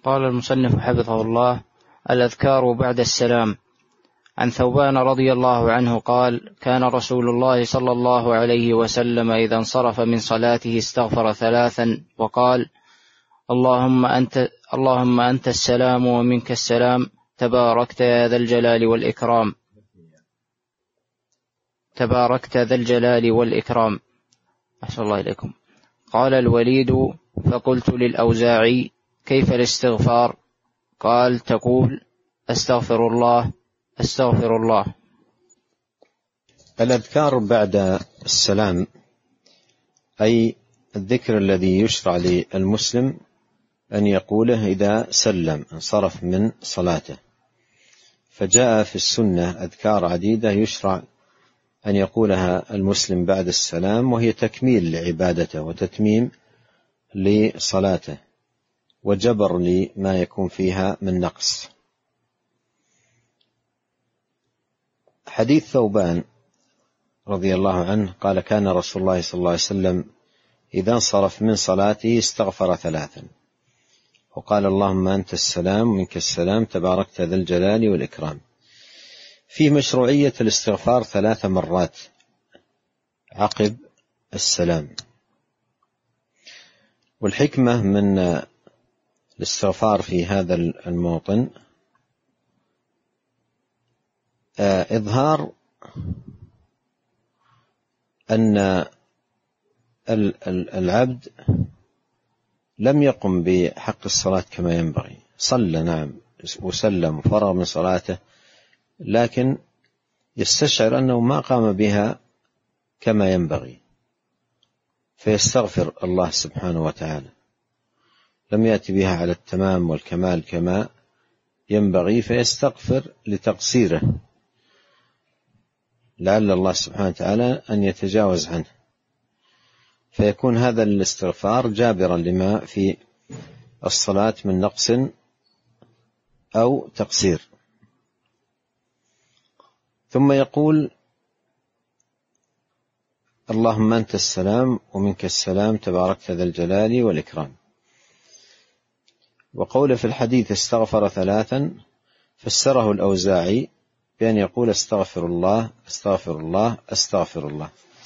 قال المصنف حفظه الله: الأذكار بعد السلام. عن ثوبان رضي الله عنه قال: كان رسول الله صلى الله عليه وسلم إذا انصرف من صلاته استغفر 3 وقال: اللهم أنت السلام ومنك السلام، تباركت يا ذا الجلال والإكرام. تباركت ذا الجلال والإكرام. أحسن الله إليكم. قال الوليد: فقلت للأوزاعي: كيف الاستغفار؟ قال: تقول: أستغفر الله أستغفر الله. الأذكار بعد السلام أي الذكر الذي يشرع للمسلم أن يقوله إذا سلم انصرف من صلاته، فجاء في السنة أذكار عديدة يشرع أن يقولها المسلم بعد السلام، وهي تكميل لعبادته وتتميم لصلاته وجبر لما يكون فيها من نقص. حديث ثوبان رضي الله عنه قال: كان رسول الله صلى الله عليه وسلم إذا انصرف من صلاته استغفر 3 وقال: اللهم أنت السلام ومنك السلام، تباركت ذا الجلال والإكرام. في مشروعية الاستغفار 3 مرات عقب السلام. والحكمة من الاستغفار في هذا الموطن إظهار أن العبد لم يقم بحق الصلاة كما ينبغي. صلى نعم وسلم وفرغ من صلاته، لكن يستشعر أنه ما قام بها كما ينبغي، فيستغفر الله سبحانه وتعالى. لم يأتي بها على التمام والكمال كما ينبغي، فيستغفر لتقصيره، لعل الله سبحانه وتعالى أن يتجاوز عنه، فيكون هذا الاستغفار جابرا لما في الصلاة من نقص أو تقصير. ثم يقول: اللهم أنت السلام ومنك السلام، تباركت ذا الجلال والإكرام. وقوله في الحديث استغفر 3 فسره الأوزاعي بأن يقول: استغفر الله استغفر الله استغفر الله.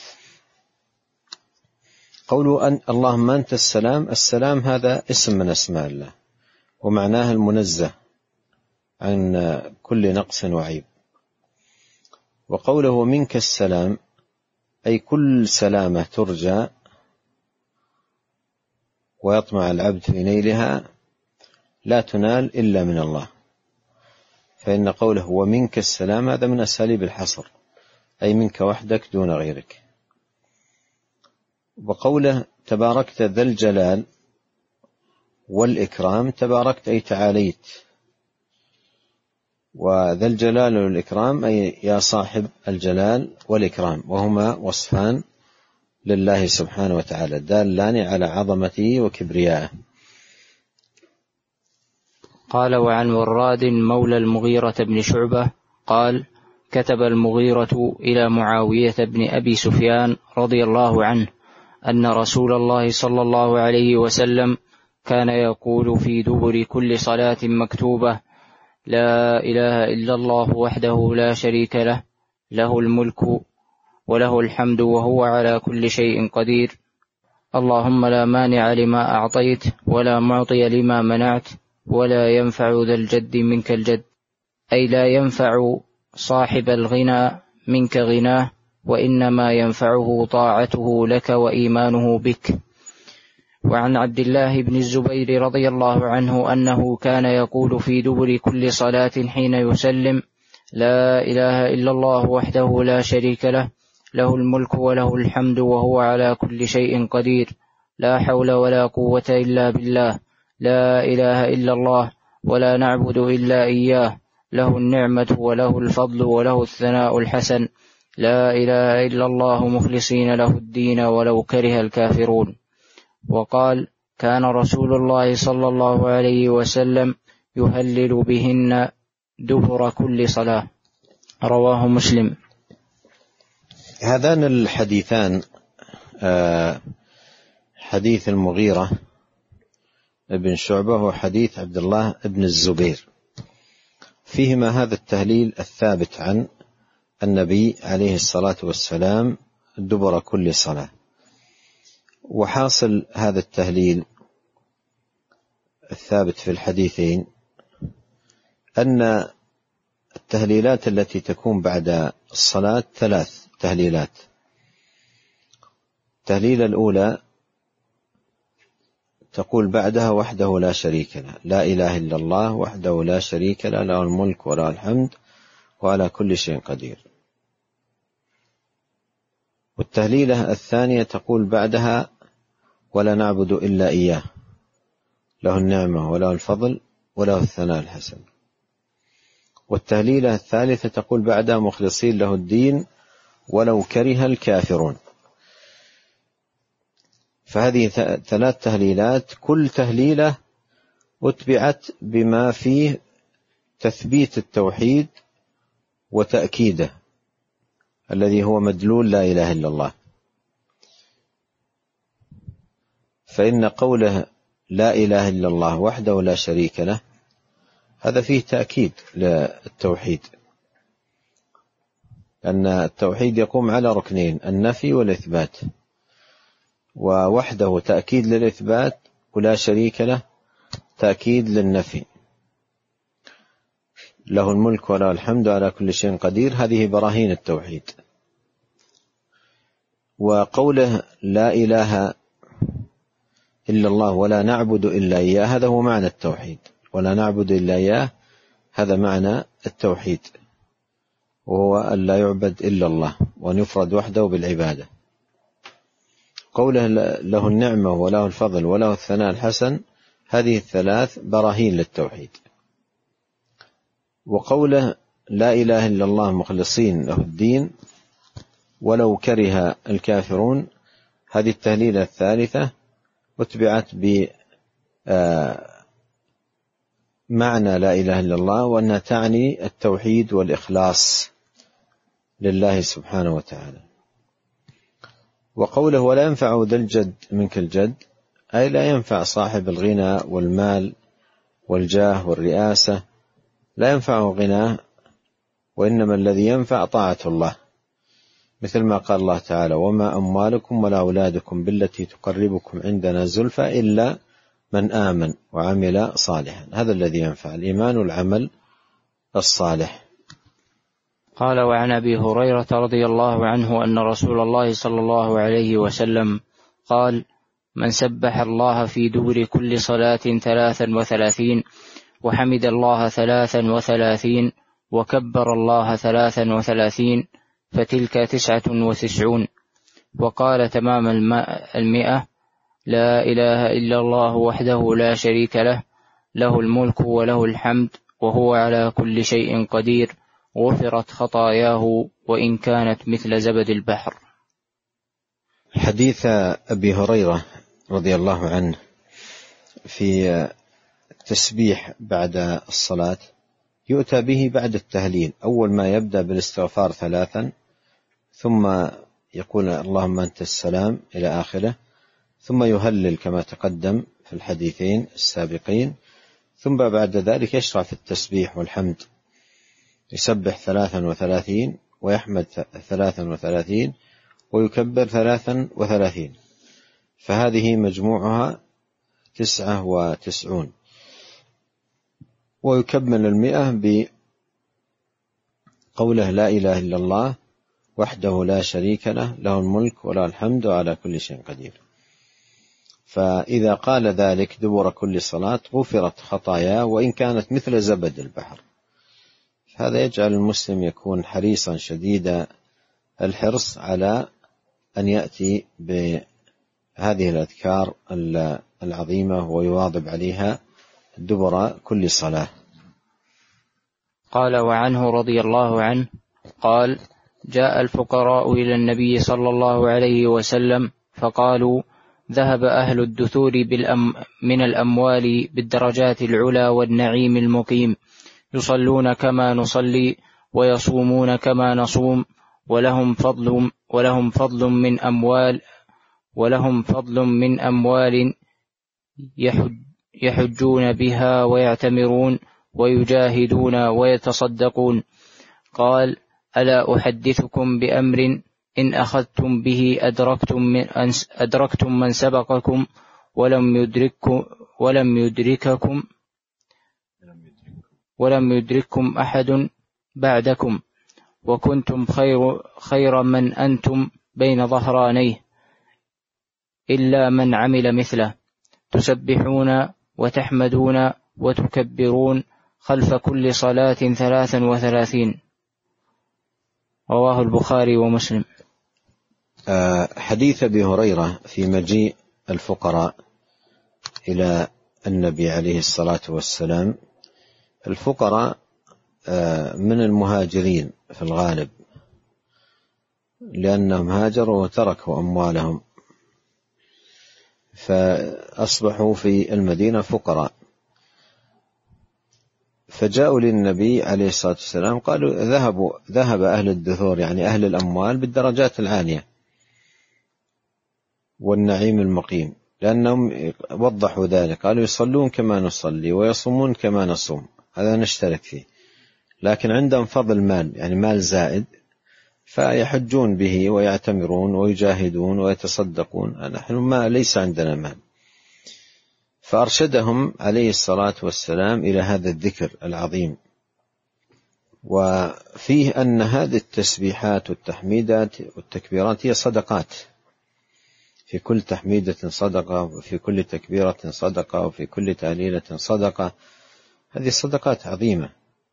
قوله أن اللهم أنت السلام، السلام هذا اسم من أسماء الله، ومعناه المنزه عن كل نقص وعيب. وقوله منك السلام أي كل سلامة ترجى ويطمع العبد في نيلها لا تنال إلا من الله، فإن قوله ومنك السلام هذا من أساليب الحصر، أي منك وحدك دون غيرك. وقوله تباركت ذا الجلال والإكرام، تباركت أي تعاليت، وذا الجلال والإكرام أي يا صاحب الجلال والإكرام، وهما وصفان لله سبحانه وتعالى دالان على عظمته وكبريائه. قال: وعن وراد مولى المغيرة بن شعبة قال: كتب المغيرة إلى معاوية بن أبي سفيان رضي الله عنه أن رسول الله صلى الله عليه وسلم كان يقول في دبر كل صلاة مكتوبة: لا إله إلا الله وحده لا شريك له، له الملك وله الحمد وهو على كل شيء قدير، اللهم لا مانع لما أعطيت ولا معطي لما منعت ولا ينفع ذا الجد منك الجد، أي لا ينفع صاحب الغنى منك غناه، وإنما ينفعه طاعته لك وإيمانه بك. وعن عبد الله بن الزبير رضي الله عنه أنه كان يقول في دبر كل صلاة حين يسلم: لا إله إلا الله وحده لا شريك له، له الملك وله الحمد وهو على كل شيء قدير، لا حول ولا قوة إلا بالله، لا إله إلا الله ولا نعبد إلا إياه، له النعمة وله الفضل وله الثناء الحسن، لا إله إلا الله مخلصين له الدين ولو كره الكافرون. وقال: كان رسول الله صلى الله عليه وسلم يهلل بهن دبر كل صلاة. رواه مسلم. هذان الحديثان حديث المغيرة بن شعبة وحديث عبد الله بن الزبير، فيهما هذا التهليل الثابت عن النبي عليه الصلاة والسلام دبر كل صلاة. وحاصل هذا التهليل الثابت في الحديثين أن التهليلات التي تكون بعد الصلاة 3 تهليلات. التهليلة الأولى تقول بعدها وحده لا شريك له، لا إله إلا الله وحده لا شريك له، له الملك وله الحمد وعلى كل شيء قدير. والتهليلة الثانية تقول بعدها ولا نعبد إلا إياه، له النعمة وله الفضل وله الثناء الحسن. والتهليلة الثالثة تقول بعدها مخلصين له الدين ولو كره الكافرون. فهذه 3 تهليلات، كل تهليلة أتبعت بما فيه تثبيت التوحيد وتأكيده الذي هو مدلول لا إله إلا الله. فإن قوله لا إله إلا الله وحده لا شريك له هذا فيه تأكيد للتوحيد، أن التوحيد يقوم على ركنين، النفي والإثبات. ووحده تأكيد للإثبات، ولا شريك له تأكيد للنفي. له الملك وله الحمد على كل شيء قدير، هذه براهين التوحيد. وقوله لا إله إلا الله ولا نعبد إلا إياه هذا هو معنى التوحيد، ولا نعبد إلا إياه هذا معنى التوحيد، وهو أن لا يعبد إلا الله وأن يفرد وحده بالعبادة. قوله له النعمة وله الفضل وله الثناء الحسن هذه 3 براهين للتوحيد. وقوله لا إله إلا الله مخلصين له الدين ولو كره الكافرون هذه التهليلة الثالثة أتبعت بمعنى لا إله إلا الله، وأنها تعني التوحيد والإخلاص لله سبحانه وتعالى. وقوله ولا ينفع ذا الجد منك الجد، أي لا ينفع صاحب الغنى والمال والجاه والرئاسة، لا ينفعه غناه، وإنما الذي ينفع طاعة الله، مثل ما قال الله تعالى وما أموالكم ولا أولادكم بالتي تقربكم عندنا زلفى إلا من آمن وعمل صالحا. هذا الذي ينفع، الإيمان والعمل الصالح. قال وعن أبي هريرة رضي الله عنه أن رسول الله صلى الله عليه وسلم قال من سبح الله في دبر كل صلاة 33 وحمد الله 33 وكبر الله 33 فتلك 99. وقال تمام 100 لا إله إلا الله وحده لا شريك له، له الملك وله الحمد وهو على كل شيء قدير، غفرت خطاياه وإن كانت مثل زبد البحر. حديث أبي هريرة رضي الله عنه في التسبيح بعد الصلاة يؤتى به بعد التهليل. أول ما يبدأ بالاستغفار 3 ثم يقول اللهم أنت السلام إلى آخره، ثم يهلل كما تقدم في الحديثين السابقين، ثم بعد ذلك يشرع في التسبيح والحمد، يسبح 33 ويحمد 33 ويكبر 33، فهذه مجموعها 99. ويكمل 100 بقوله لا إله إلا الله وحده لا شريك له، له الملك وله الحمد وعلى كل شيء قدير. فإذا قال ذلك دبر كل صلاة غفرت خطاياه وإن كانت مثل زبد البحر. هذا يجعل المسلم يكون حريصا شديد الحرص على أن يأتي بهذه الأذكار العظيمة ويواظب عليها دبر كل صلاة. قال وعنه رضي الله عنه قال جاء الفقراء إلى النبي صلى الله عليه وسلم فقالوا ذهب أهل الدثور من الأموال بالدرجات العلى والنعيم المقيم، يصلون كما نصلي ويصومون كما نصوم، ولهم فضل من أموال يحجون بها ويعتمرون ويجاهدون ويتصدقون. قال: ألا أحدثكم بأمر إن أخذتم به أدركتم من سبقكم ولم يدرككم أحد بعدكم، وكنتم خير من أنتم بين ظهرانيه، إلا من عمل مثله، تسبحون وتحمدون وتكبرون خلف كل صلاة 33. رواه البخاري ومسلم. حديث أبي هريرة في مجيء الفقراء إلى النبي عليه الصلاة والسلام. الفقراء من المهاجرين في الغالب، لأنهم هاجروا وتركوا أموالهم فأصبحوا في المدينة فقراء، فجاءوا للنبي عليه الصلاة والسلام قالوا: ذهب أهل الدثور، يعني أهل الأموال، بالدرجات العالية والنعيم المقيم، لأنهم وضحوا ذلك، قالوا: يصلون كما نصلي ويصومون كما نصوم، هذا نشترك فيه، لكن عندهم فضل مال، يعني مال زائد، فيحجون به ويعتمرون ويجاهدون ويتصدقون، نحن ما ليس عندنا مال. فأرشدهم عليه الصلاة والسلام إلى هذا الذكر العظيم، وفيه أن هذه التسبيحات والتحميدات والتكبيرات هي صدقات، في كل تحميدة صدقة، وفي كل تكبيرة صدقة، وفي كل تهليلة صدقة، هذه صدقات عظيمة،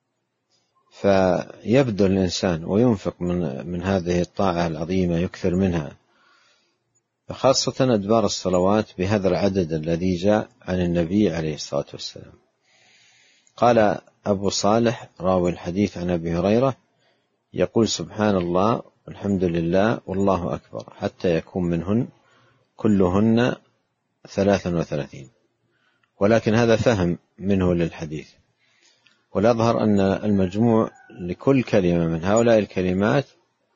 فيبذل الإنسان وينفق من هذه الطاعة العظيمة، يكثر منها، خاصة أدبار الصلوات بهذا العدد الذي جاء عن النبي عليه الصلاة والسلام. قال أبو صالح راوي الحديث عن أبي هريرة يقول: سبحان الله والحمد لله والله أكبر، حتى يكون منهن كلهن 33. ولكن هذا فهم منه للحديث، والأظهر أن المجموع لكل كلمة من هؤلاء الكلمات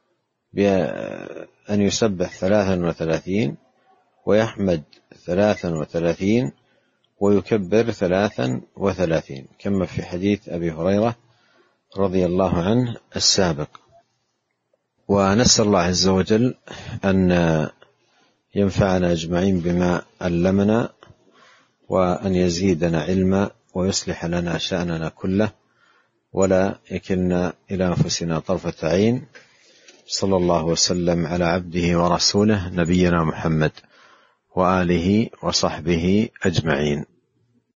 بأن يسبح 33 ويحمد 33 ويكبر 33، كما في حديث أبي هريرة رضي الله عنه السابق. ونسأل الله عز وجل أن ينفعنا أجمعين بما علمنا، وأن يزيدنا علما، ويصلح لنا شأننا كله، ولا يكلنا إلى أنفسنا طرفة عين. صلى الله وسلم على عبده ورسوله نبينا محمد وآله وصحبه أجمعين.